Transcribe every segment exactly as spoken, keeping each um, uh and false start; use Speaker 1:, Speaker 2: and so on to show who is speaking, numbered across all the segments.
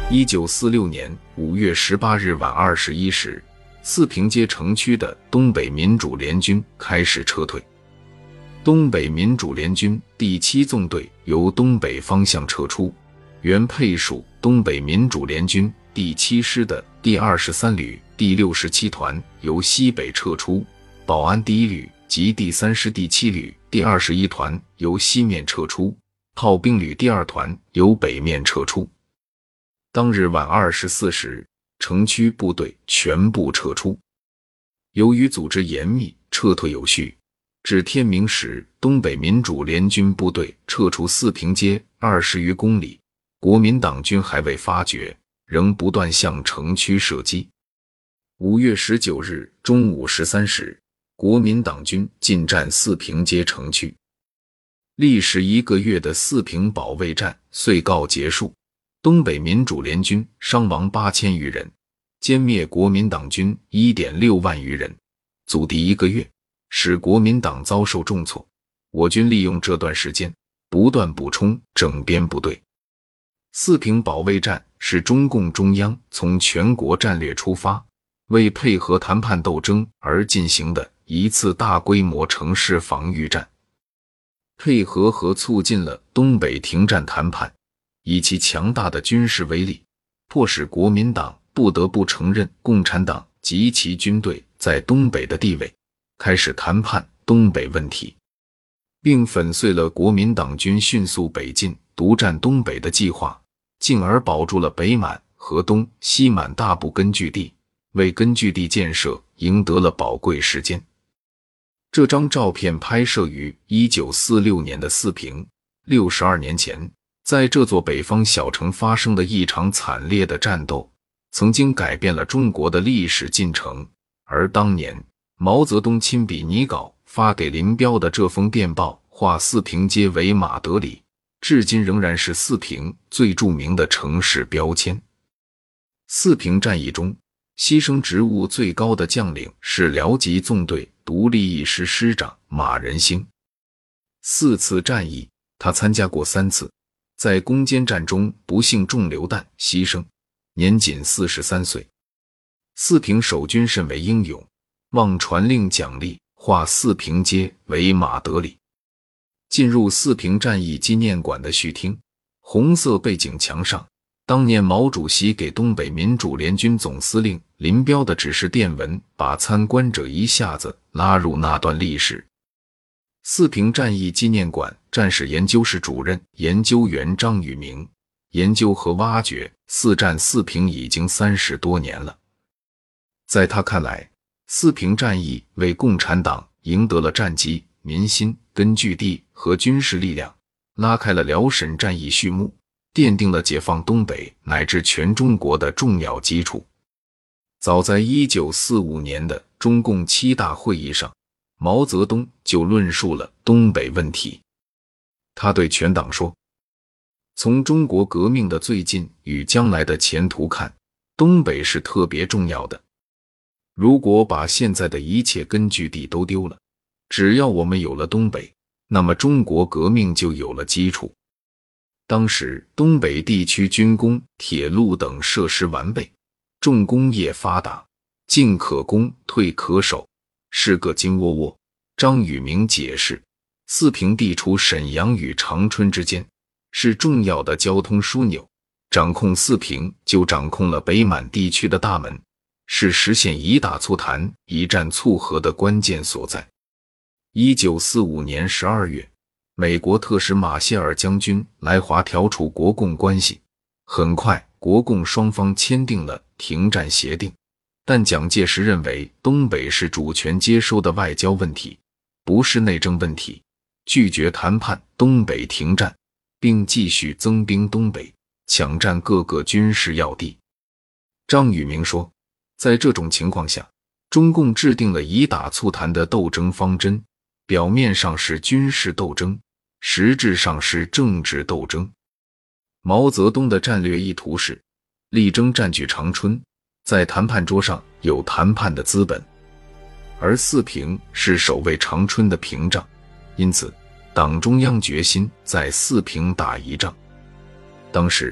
Speaker 1: 一九四六年五月十八日晚二十一时，四平街城区的东北民主联军开始撤退。东北民主联军第七纵队由东北方向撤出，原配属东北民主联军第七师的第二十三旅第六十七团由西北撤出，保安第一旅及第三师第七旅第二十一团由西面撤出，炮兵旅第二团由北面撤出。当日晚二十四时，城区部队全部撤出。由于组织严密，撤退有序，至天明时，东北民主联军部队撤出四平街二十余公里，国民党军还未发觉，仍不断向城区射击。五月十九日中午十三时，国民党军进占四平街城区。历时一个月的四平保卫战遂告结束。东北民主联军伤亡八千余人，歼灭国民党军 一点六万余人，阻敌一个月，使国民党遭受重挫。我军利用这段时间不断补充整编部队。四平保卫战是中共中央从全国战略出发，为配合谈判斗争而进行的一次大规模城市防御战，配合和促进了东北停战谈判，以其强大的军事威力，迫使国民党不得不承认共产党及其军队在东北的地位，开始谈判东北问题，并粉碎了国民党军迅速北进独占东北的计划，进而保住了北满、河东、西满大部根据地，为根据地建设赢得了宝贵时间。这张照片拍摄于一九四六年的四平，六十二年前，在这座北方小城发生的一场惨烈的战斗，曾经改变了中国的历史进程。而当年毛泽东亲笔拟稿发给林彪的这封电报，划四平街为马德里，至今仍然是四平最著名的城市标签。四平战役中，牺牲职务最高的将领是辽吉纵队独立一师师长马仁兴。四次战役，他参加过三次。在攻坚战中不幸中流弹牺牲，年仅四十三岁。四平守军甚为英勇，望传令奖励，划四平街为马德里。进入四平战役纪念馆的序厅，红色背景墙上，当年毛主席给东北民主联军总司令林彪的指示电文，把参观者一下子拉入那段历史。四平战役纪念馆战史研究室主任研究员张宇明研究和挖掘四战四平已经三十多年了。在他看来，四平战役为共产党赢得了战机、民心、根据地和军事力量，拉开了辽沈战役序幕，奠定了解放东北乃至全中国的重要基础。早在一九四五年的中共七大会议上，毛泽东就论述了东北问题。他对全党说，从中国革命的最近与将来的前途看，东北是特别重要的。如果把现在的一切根据地都丢了，只要我们有了东北，那么中国革命就有了基础。当时东北地区军工、铁路等设施完备，重工业发达，进可攻，退可守，是个金窝窝。张宇明解释，四平地处沈阳与长春之间，是重要的交通枢纽，掌控四平就掌控了北满地区的大门，是实现以打促谈、以战促和的关键所在。一九四五年十二月，美国特使马歇尔将军来华调处国共关系，很快国共双方签订了停战协定。但蒋介石认为东北是主权接收的外交问题，不是内政问题，拒绝谈判东北停战，并继续增兵东北，抢占各个军事要地。张宇明说，在这种情况下，中共制定了以打促谈的斗争方针，表面上是军事斗争，实质上是政治斗争。毛泽东的战略意图是力争占据长春，在谈判桌上有谈判的资本，而四平是守卫长春的屏障，因此党中央决心在四平打一仗。当时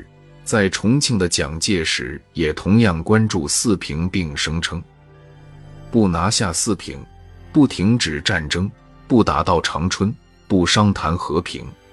Speaker 1: 在重庆的蒋介石也同样关注四平，并声称不拿下四平，不停止战争，不打到长春，不商谈和平，